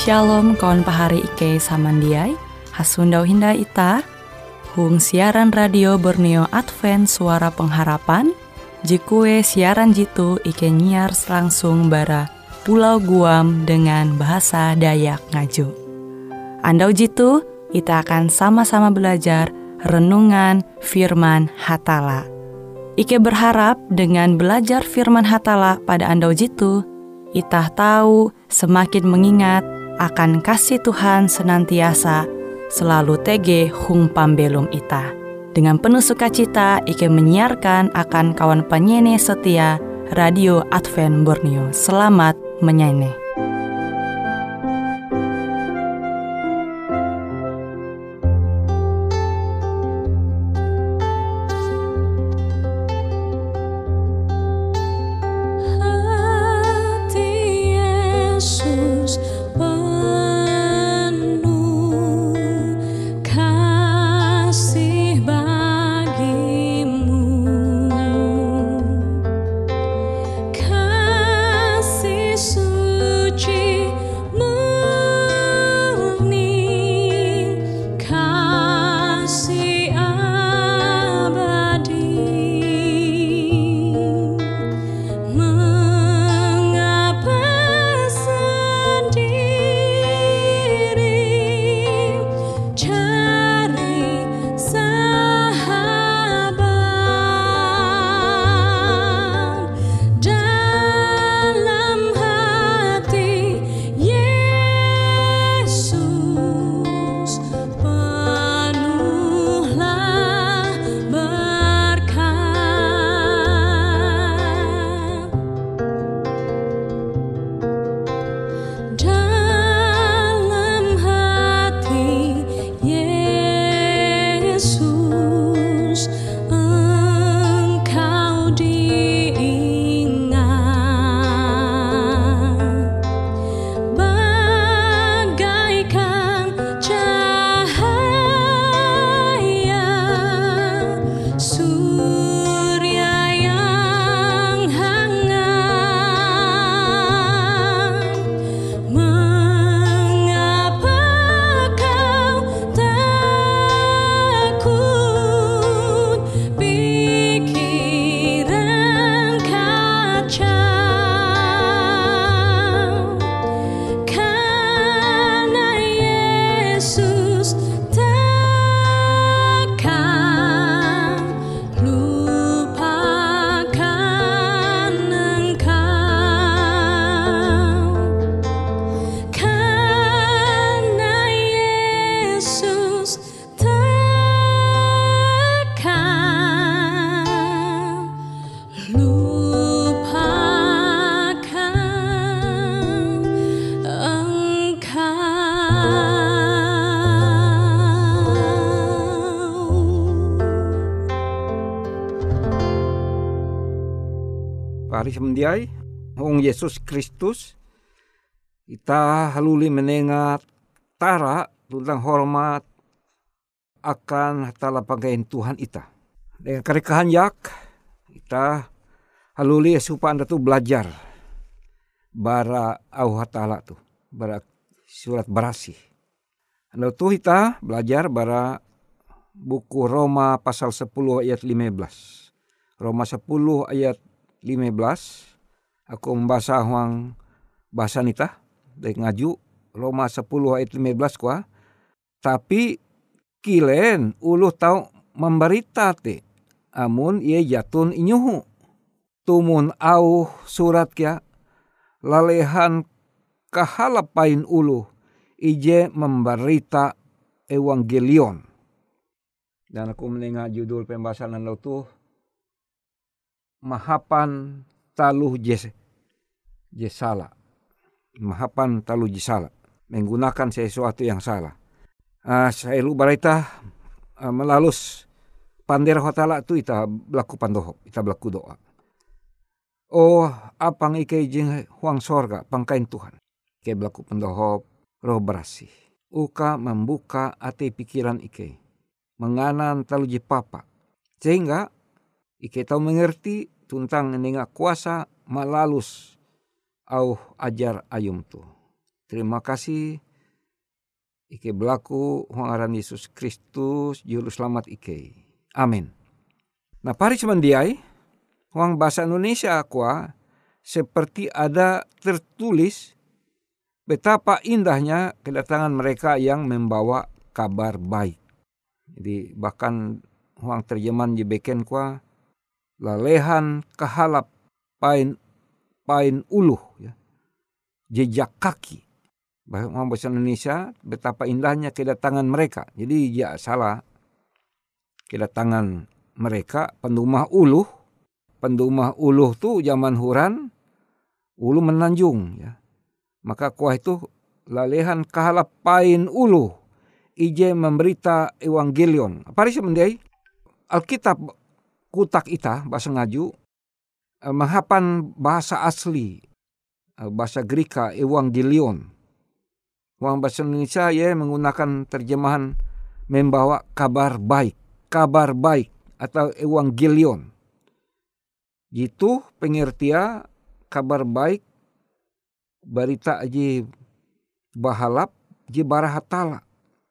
Shalom kawan pahari Ike samandiai, hasundau hinda ita, hung siaran radio Borneo Advent Suara Pengharapan, jikue siaran jitu Ike nyiar langsung bara Pulau Guam dengan bahasa Dayak Ngaju. Andau jitu, kita akan sama-sama belajar renungan firman Hatala. Ike berharap dengan belajar firman Hatala pada andau jitu, kita tahu semakin mengingat akan kasih Tuhan senantiasa selalu tege hung pambelum ita. Dengan penuh sukacita, Ike menyiarkan akan kawan penyanyi setia Radio Advent Borneo. Selamat menyanyi. Pari semendiai, Hong Yesus Kristus, kita haluli menengat tara tentang hormat akan hatala pagain Tuhan ita. Dengan kerekahan yak, kita haluli supaya anda tu belajar bara au hatala tu, bara surat berasih. Anda tu kita belajar bara buku Roma pasal 10 ayat 15. Roma 10 ayat 15, aku membaca huang bahasa nita dari ngaju Roma 10 ayat 15 kuah. Tapi kilen uluh tau memberita te amun ia jatun inyuhu tumun au surat kia lalehan kahalapain uluh ije memberita evangelion. Dan aku mendengar judul pembahasan anda tu mahapan taluh jesala. Mahapan taluh jesala. Menggunakan sesuatu yang salah. Saya lu barita melalus pandera hatala tu ita berlaku pandohop. Ita berlaku doa. Oh apang ike jeng huang sorga pangkain Tuhan. Ike berlaku pandohop roh berasih. Uka membuka ate pikiran ike. Menganan taluh jepapa. Sehingga ike tahu mengerti tentang nenga kuasa malalus au ajar ayum tu. terima kasih Ike berlaku ngaran Yesus Kristus juru selamat Ike. Amin. Nah pari semandiai huang bahasa Indonesia kuah seperti ada tertulis betapa indahnya kedatangan mereka yang membawa kabar baik. Jadi bahkan huang terjemahan jebeken kuah lalehan kahalap pain uluh ya. Jejak kaki. Bahasa Indonesia betapa indahnya kedatangan mereka. Jadi ya salah. Kedatangan mereka pendumah uluh. Pendumah uluh tu zaman huran ulu menanjung ya. Maka kuah itu lalehan kahalap pain uluh. Ije memberita evangelion. Apa sih mendai? Alkitab kutak ita bahasa ngaju menghapan bahasa asli bahasa Greka evangelion. Uang bahasa Indonesia ya menggunakan terjemahan membawa kabar baik atau evangelion. Itu pengertian kabar baik berita aji bahalap ji barahatala.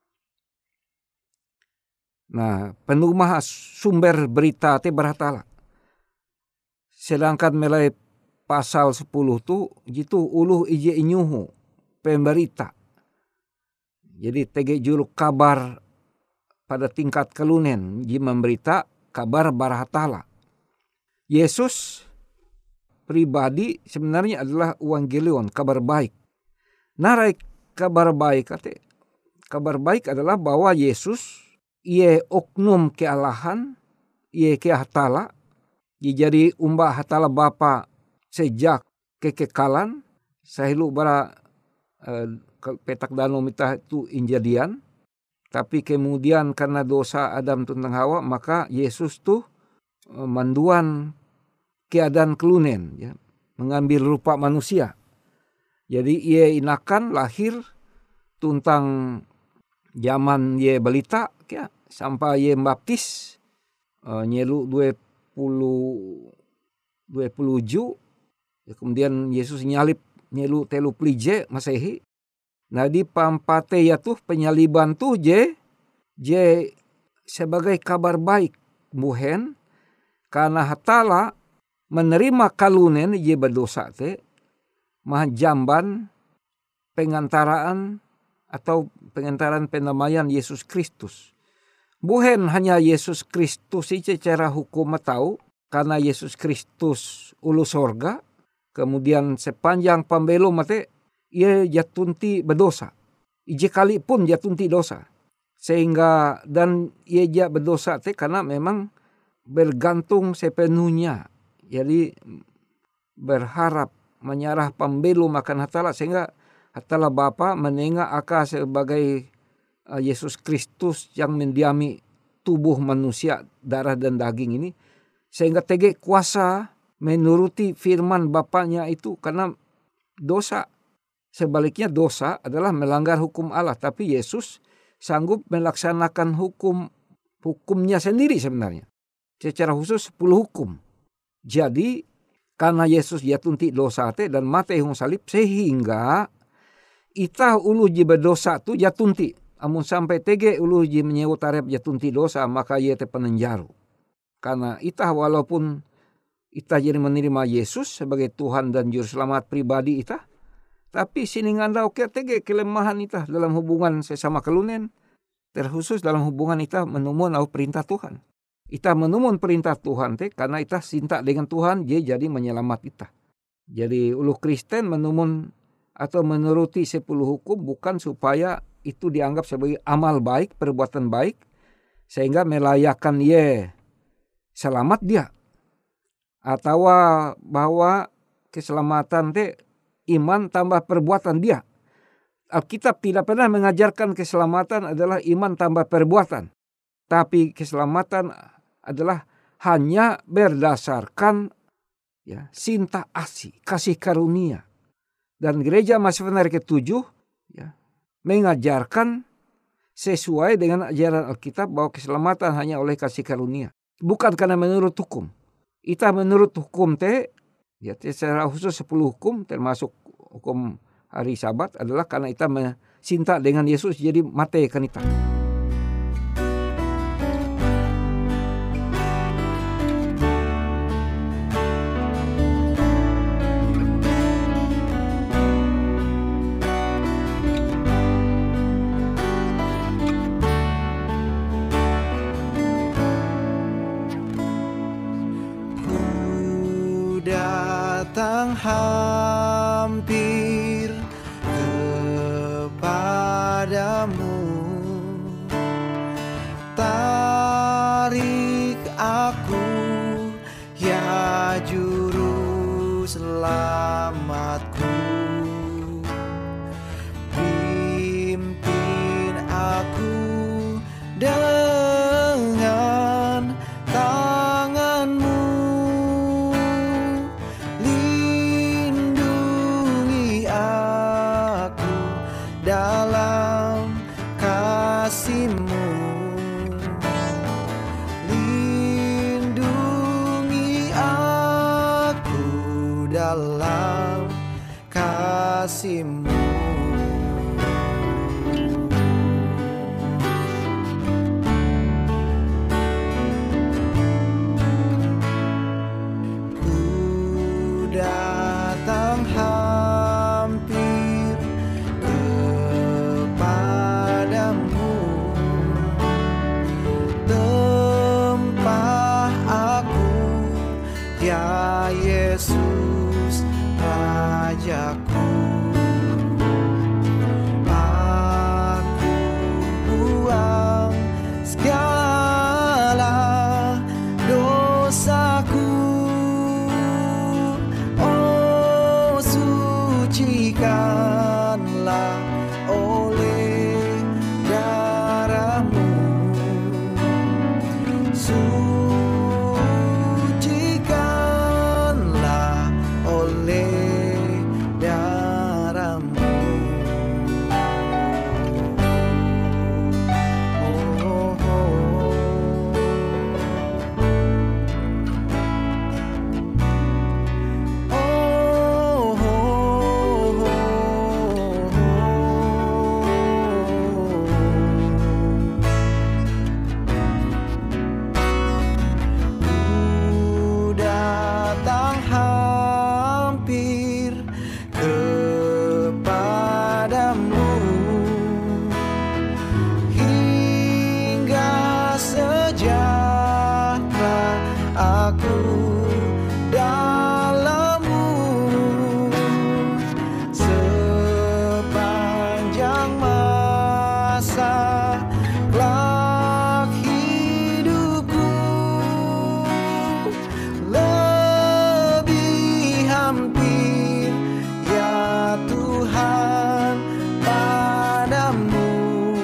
Nah, penumah sumber berita te barahatala. Sedangkan mulai pasal 10 tu jitu uluh ije inyuhu pemberita. Jadi tege juru kabar pada tingkat kelunen ji memberita kabar barahatala. Yesus pribadi sebenarnya adalah evangelion, kabar baik. Narai kabar baik kabar baik adalah bahwa Yesus ia oknum kealahan, ia kehatala, jadi umbah hatala Bapa sejak kekekalan, sahilu bara petak danau mitah itu injadian, tapi kemudian karena dosa Adam tentang Hawa, maka Yesus tuh manduan keadaan kelunen, ya, mengambil rupa manusia. Jadi ia inakan lahir tuntang zaman ia balita, ya, sampai ia baptis nyelu 20 ju, ya, kemudian Yesus nyalip nyelu telu plije Masehi. Nah di pampate ya tuh penyaliban tuh je sebagai kabar baik buhen karena hatala menerima kalunen je berdosa te mah jamban pengantaraan atau pengantaran penamaian Yesus Kristus. Buhen hanya Yesus Kristus secara hukum tahu karena Yesus Kristus ulu sorga, kemudian sepanjang pambelum mate ia jatunti berdosa. Ije kali pun jatunti dosa. Sehingga dan ia jat berdosa te karena memang bergantung sepenuhnya. Jadi berharap menyerah pambelum akan hatala sehingga hatala Bapa menengah aka sebagai Yesus Kristus yang mendiami tubuh manusia darah dan daging ini. Sehingga tege kuasa menuruti firman Bapaknya itu karena dosa. Sebaliknya dosa adalah melanggar hukum Allah. Tapi Yesus sanggup melaksanakan hukumnya sendiri sebenarnya. Secara khusus 10 hukum. Jadi karena Yesus jatunti dosa te dan mate hung salib sehingga itah ulu ji berdosa tu jatunti. Amun sampai tege ulu ji menyewa tarep jatunti dosa maka ia te penenjaru. Karena itah walaupun itah jadi menerima Yesus sebagai Tuhan dan Juru Selamat pribadi itah. Tapi sini ngandau tege kelemahan itah dalam hubungan sesama kelunen. Terkhusus dalam hubungan itah menumun au perintah Tuhan. Itah menumun perintah Tuhan te karena itah cinta dengan Tuhan dia jadi menyelamat itah. Jadi ulu Kristen menumun atau menuruti 10 hukum bukan supaya itu dianggap sebagai amal baik, perbuatan baik. Sehingga melayakan ye selamat dia. Atau bahwa keselamatan te iman tambah perbuatan dia. Alkitab tidak pernah mengajarkan keselamatan adalah iman tambah perbuatan. Tapi keselamatan adalah hanya berdasarkan ya, cinta kasih karunia. Dan gereja Masehi ke-7 ya, mengajarkan sesuai dengan ajaran Alkitab bahwa keselamatan hanya oleh kasih karunia. Bukan karena menurut hukum. Ita menurut hukum te ya secara khusus 10 hukum termasuk hukum hari Sabat adalah karena kita cinta dengan Yesus, jadi mate kan kita. Datang hampir kepadamu, tarik aku ya juru selamatku, pimpin aku dengan tanganmu, dalam kasih-Mu, lindungi aku dalam kasih-Mu. Ku datang hampir kepadamu, tempah aku ya Yesus Rajaku. Aku buang segala dosaku, oh sucikanlah oleh darah-Mu, sucikanlah oleh darah-Mu. Oh, oh, ku datang hampir kepadamu, hingga sejahtera aku dalam-Mu, sepanjang masa kelak hidupku, lebih hampir ya Tuhan padamu,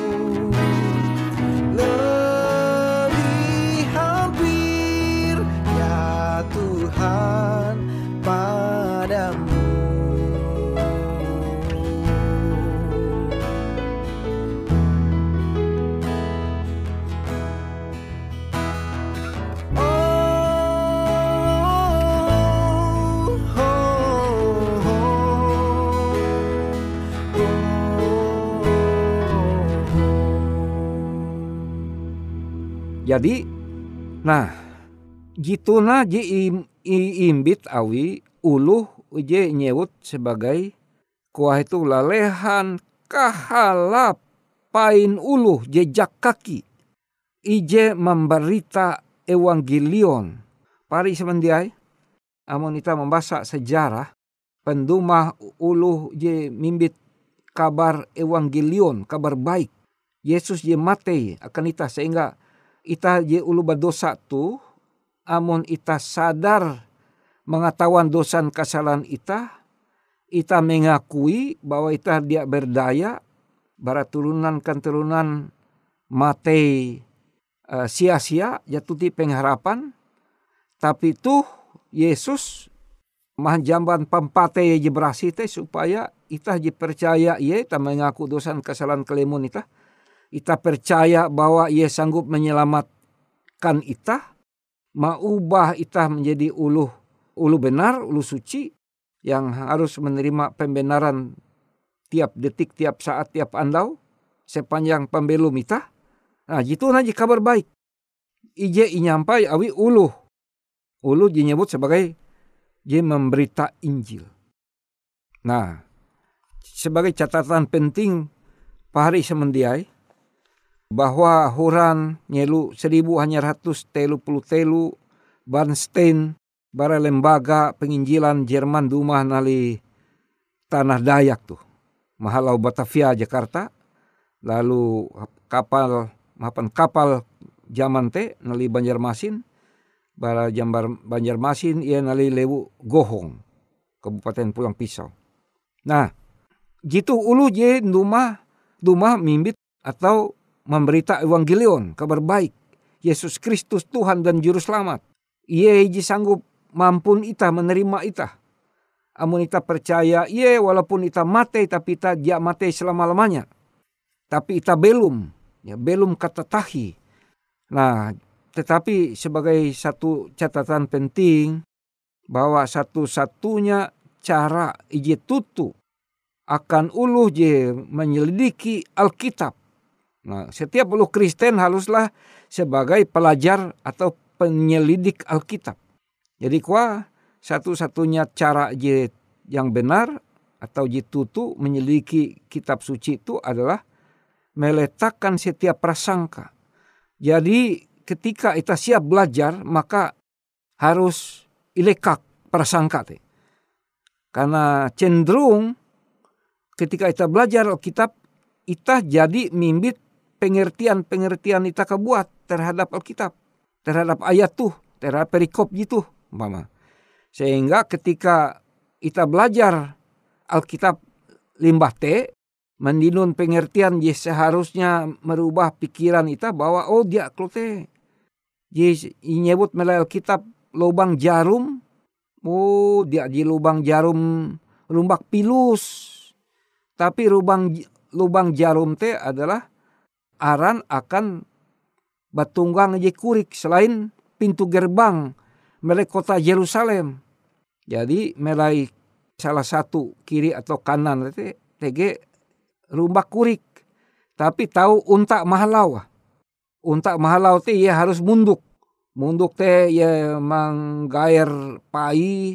lebih hampir ya Tuhan padamu. Jadi, nah, gituna ji imbit awi uluh je nyewut sebagai kuah itu lalehan kahalap pain uluh jejak kaki ije memberita evangelion. Pari semendiai, amun kita membaca sejarah pendumah uluh je mimbit kabar evangelion, kabar baik. Yesus je mate akan ita, sehingga ita je ulu berdosa tu, amun ita sadar mengetahuan dosan kesalahan ita mengakui bahwa ita dia berdaya, bara turunan kan turunan mate sia-sia jatuti pengharapan, tapi tuh Yesus mahjamban pempate je berasi teh supaya ita je percaya ye ita mengaku dosan kesalahan kelemun ita percaya bahwa ia sanggup menyelamatkan ita, maubah ita menjadi ulu benar, ulu suci yang harus menerima pembenaran tiap detik, tiap saat, tiap andau sepanjang pembelum ita. Nah, jitu naji kabar baik. Ije inyampai awi uluh. Uluh dinyebut sebagai je memberita Injil. Nah, sebagai catatan penting pahari semendiai bahwa huran nyelu 1133 Bernstein bara lembaga penginjilan Jerman dumah nali Tanah Dayak tuh. Mahalau Batavia Jakarta. Lalu kapal zaman teh nali Banjarmasin. Bara jambar Banjarmasin ia nali Lewu Gohong, Kabupaten Pulang Pisau. Nah, jitu ulu je dumah mimbit atau memberita evangelion, kabar baik. Yesus Kristus Tuhan dan Juru Selamat. Ia ji sanggup mampun ita menerima ita. Amun ita percaya, ia walaupun ita mate tapi ita dia mate selama-lamanya. Tapi ita belum katatahi. Nah, tetapi sebagai satu catatan penting bahwa satu-satunya cara ije tutu akan uluh je menyelidiki Alkitab. Nah, setiap uluh Kristen haruslah sebagai pelajar atau penyelidik Alkitab. Jadi satu-satunya cara je yang benar atau je tutu menyelidiki kitab suci itu adalah meletakkan setiap prasangka. Jadi ketika kita siap belajar, maka harus ilekak prasangka teh. Karena cenderung ketika kita belajar Alkitab, kita jadi mimbit pengertian kita kebuat terhadap Alkitab, terhadap ayat tuh, terhadap perikop gitu, umpama. Sehingga ketika kita belajar Alkitab limbah teh, mendinun pengertian je seharusnya merubah pikiran kita bahwa dia klote. Je nyebut melalui Alkitab lubang jarum. Dia di lubang jarum rumbak pilus. Tapi lubang jarum teh adalah aran akan batunggang je kurik selain pintu gerbang melai kota Yerusalem. Jadi melai salah satu kiri atau kanan tege rumbak kurik. Tapi tahu untak mahalau. Untak mahalau teh ia harus munduk. Munduk teh ia manggair pai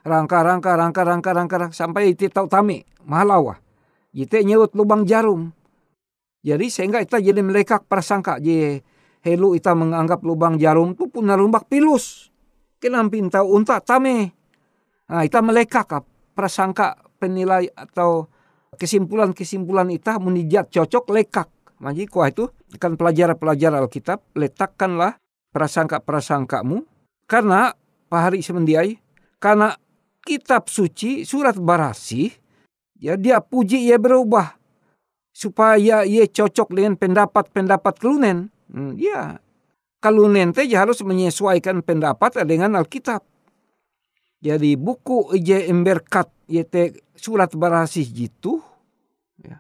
rangka sampai itu tahu tame mahalau. Jite nyewut lubang jarum. Jadi sehingga kita jadi melekak prasangka je helu kita menganggap lubang jarum tu pun rumbak pilus. Kenampin tahu untak tame. Nah, kita melekak prasangka penilai atau kesimpulan ita menijat cocok lekak. Maji kuah itu kan pelajar Alkitab, letakkanlah prasangka-prasangkamu karena pahari semendiai, karena kitab suci surat barasih ya dia puji ia berubah supaya ia cocok dengan pendapat kelunen. Ya kelunen teh harus menyesuaikan pendapat dengan Alkitab. Jadi buku ije emberkat yaitu surat barasih gitu ya,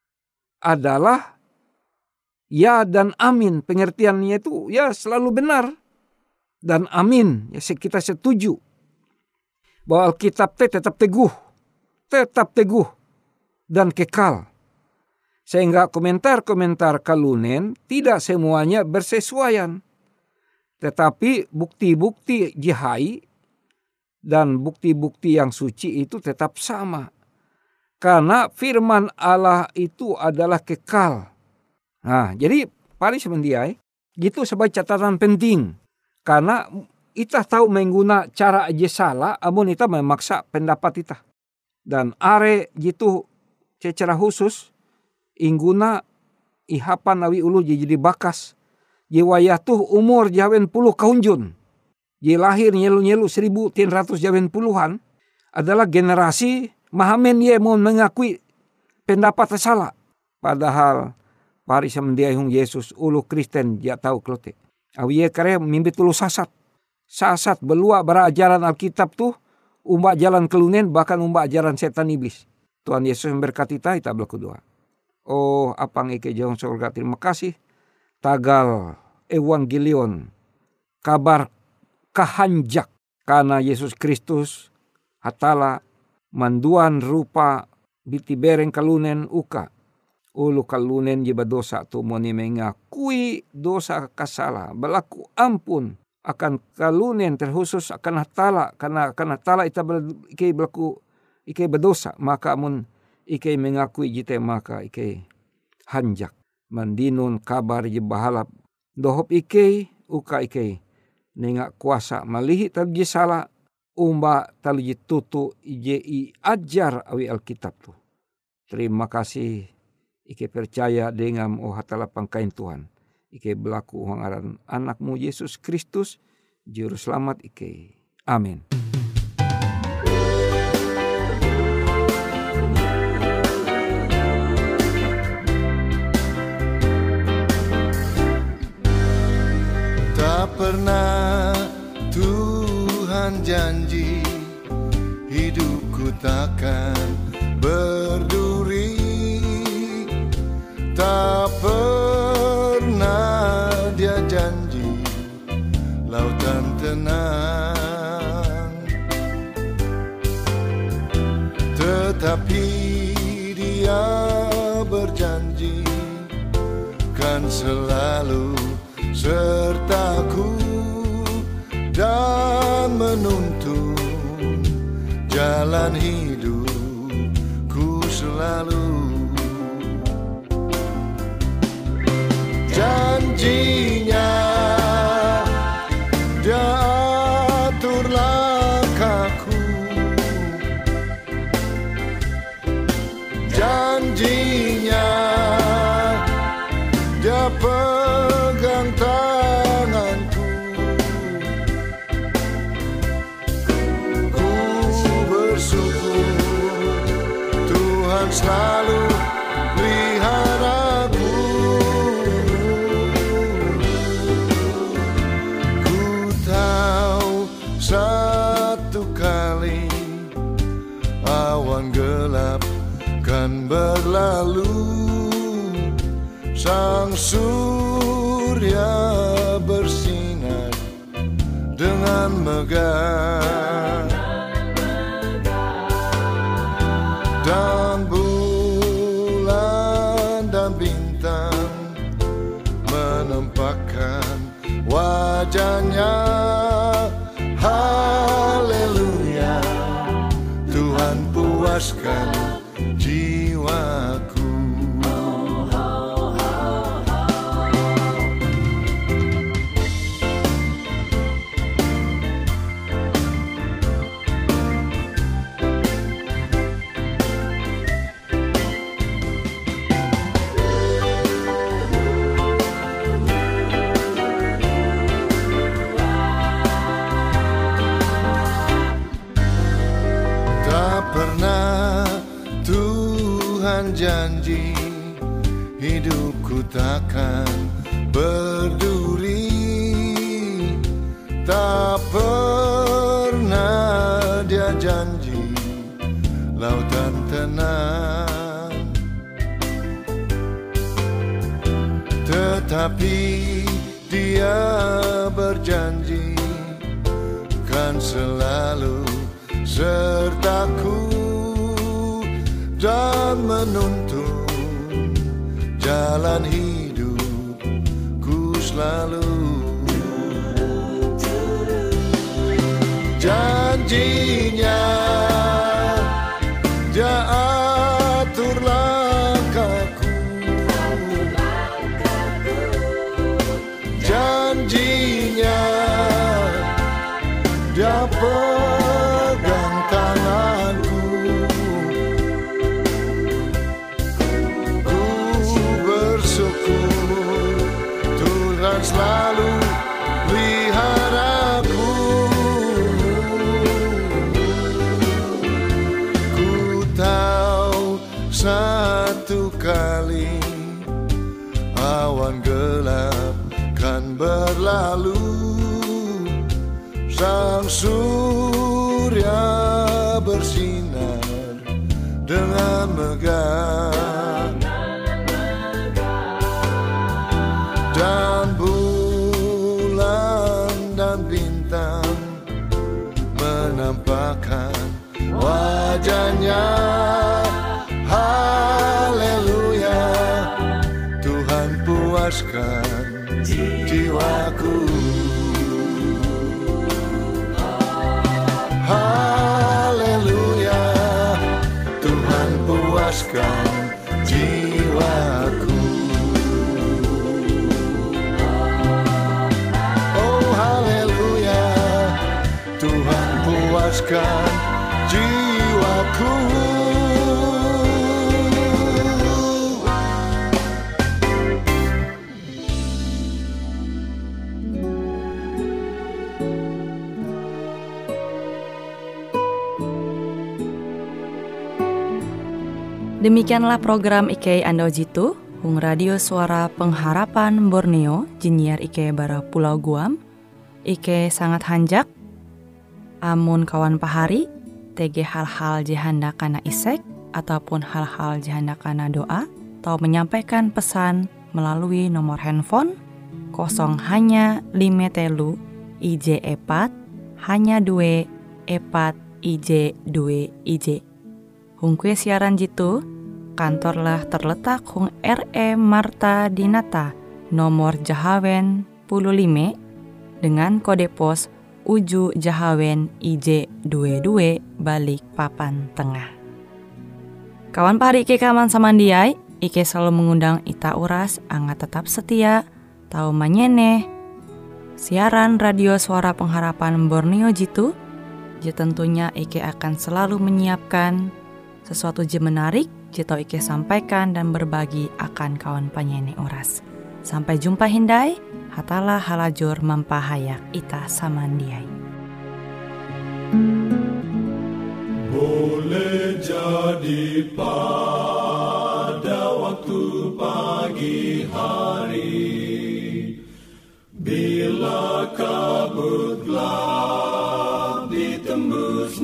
adalah ya dan amin. Pengertiannya itu ya selalu benar dan amin. Ya, kita setuju bahwa Alkitab tetap teguh dan kekal. Sehingga komentar-komentar kalunen tidak semuanya bersesuaian. Tetapi bukti-bukti jihai dan bukti-bukti yang suci itu tetap sama. Karena firman Allah itu adalah kekal. Nah, jadi pari semendiai, gitu sebagai catatan penting. Karena kita tahu mengguna cara aja salah, amun kita memaksa pendapat kita. Dan are gitu secara khusus, ingguna ihapan awi ulu jadi bakas. Jiwayah tuh umur jawen puluh kahunjun. Dia lahir nyelu 1980-an adalah generasi mahamen ye mau mengakui pendapat salah. Padahal pari semendiai hung Yesus ulu Kristen dia tahu klote. Awi ye kare mimbit ulu sasat. Sasat belua bara ajaran Alkitab tuh umbak jalan kelunen bahkan umbak ajaran setan iblis. Tuhan Yesus memberkati kita berdoa. Oh apang ike jauh surga terima kasih. Tagal evangelion kabar kahanjak karena Yesus Kristus hatala manduan rupa biti bereng kalunen uka. Ulu kalunen je badosa tu moni mengakui dosa kasala. Berlaku ampun akan kalunen terkhusus akan hatala. Karena hatala ita ikai berlaku ikai berdosa. Maka amun ikai mengakui jite maka ikai hanjak. Mandinun kabar je bahalap. Dohop ikai uka ikai. Nengak kuasa malihi talu je salah. Umba talu je tutu ije i ajar awi Alkitab tu. Terima kasih. Ike percaya dengan hatala pangkain Tuhan. Ike berlaku hangaran anakmu Yesus Kristus. Juru selamat ike. Amin. Tak pernah Tuhan janji hidupku takkan berduri. Tak pernah Dia janji lautan tenang. Tetapi Dia berjanji kan selalu sertaku dan menuntun jalan hidupku selalu. Janjinya Dia atur langkahku. Janjinya Dia pegang tanganku. Ku bersyukur Tuhan selalu pelihara aku. Ku tahu satu kali awan gelap kan berlalu. Sang surya bersinar dengan megah. Dan bulan dan bintang menampakkan wajahnya. Haleluya, Tuhan puaskan jiwaku. Janji hidupku takkan berduri. Tak pernah Dia janji lautan tenang. Tetapi Dia berjanji kan selalu sertaku dan menuntun jalan hidupku selalu. Janjinya Dia atur langkahku. Janjinya Dia pegang tanganku. Tuhan selalu peliharaku. Ku tahu satu kali awan gelap kan berlalu. Sang surya bersinar dengan megah. Dan bulan dan bintang menampakkan wajahnya. jiwaku. Haleluya, Tuhan puaskan jiwaku. Oh haleluya, Tuhan puaskan jiwaku. Demikianlah program Ike Ando Jitu, Hung Radio Suara Pengharapan Borneo, Jinnyar Ike bara Pulau Guam. Ike sangat hanjak, amun kawan pahari, tege hal-hal jihanda kana isek, ataupun hal-hal jihanda kana doa, atau menyampaikan pesan melalui nomor handphone 0 hanya 5 telu IJ 4 hanya 2 4 IJ 2 IJ. Hung kue siaran jitu, kantorlah terletak Hung R.E. Marta Dinata, nomor Jahawen 15, dengan kode pos Uju Jahawen IJ 22 balik Papan Tengah. Kawan pahari Ike kaman samandiai, Ike selalu mengundang ita uras angga tetap setia, tau manyene siaran radio Suara Pengharapan Borneo jitu. Tentunya Ike akan selalu menyiapkan sesuatu je menarik, jito Ike sampaikan dan berbagi akan kawan penyanyi oras. Sampai jumpa hindai, hatalah halajur mampahayak ita samandiai. Boleh jadi pada waktu pagi hari, bila kabut gelap ditembus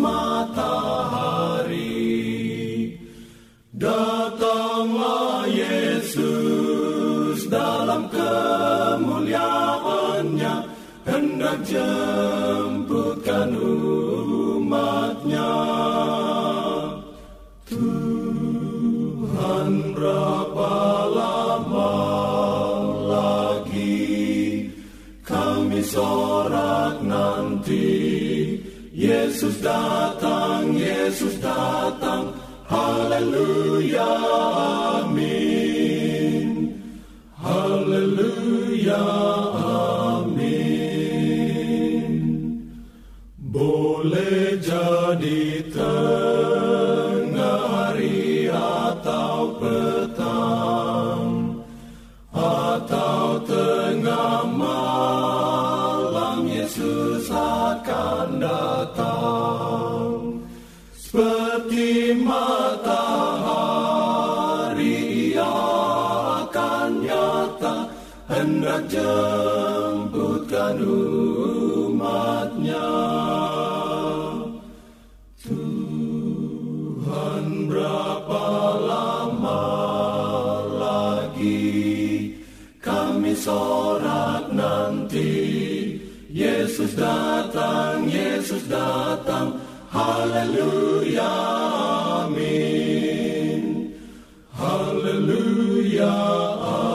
matahari, datanglah Yesus dalam kemuliaannya, hendak jemputkan umatnya. Tuhan berapa lama lagi kami sorak nanti, Yesus datang, Yesus datang, haleluya, amin. Haleluya, amin. Boleh jadi tengah hari atau petang, atau tengah malam, Yesus akan datang. Seperti matahari ia akan nyata, hendak jemputkan umatnya. Tuhan berapa lama lagi kami sorak nanti, Yesus datang, Yesus datang, haleluya, amin. Haleluya, amin.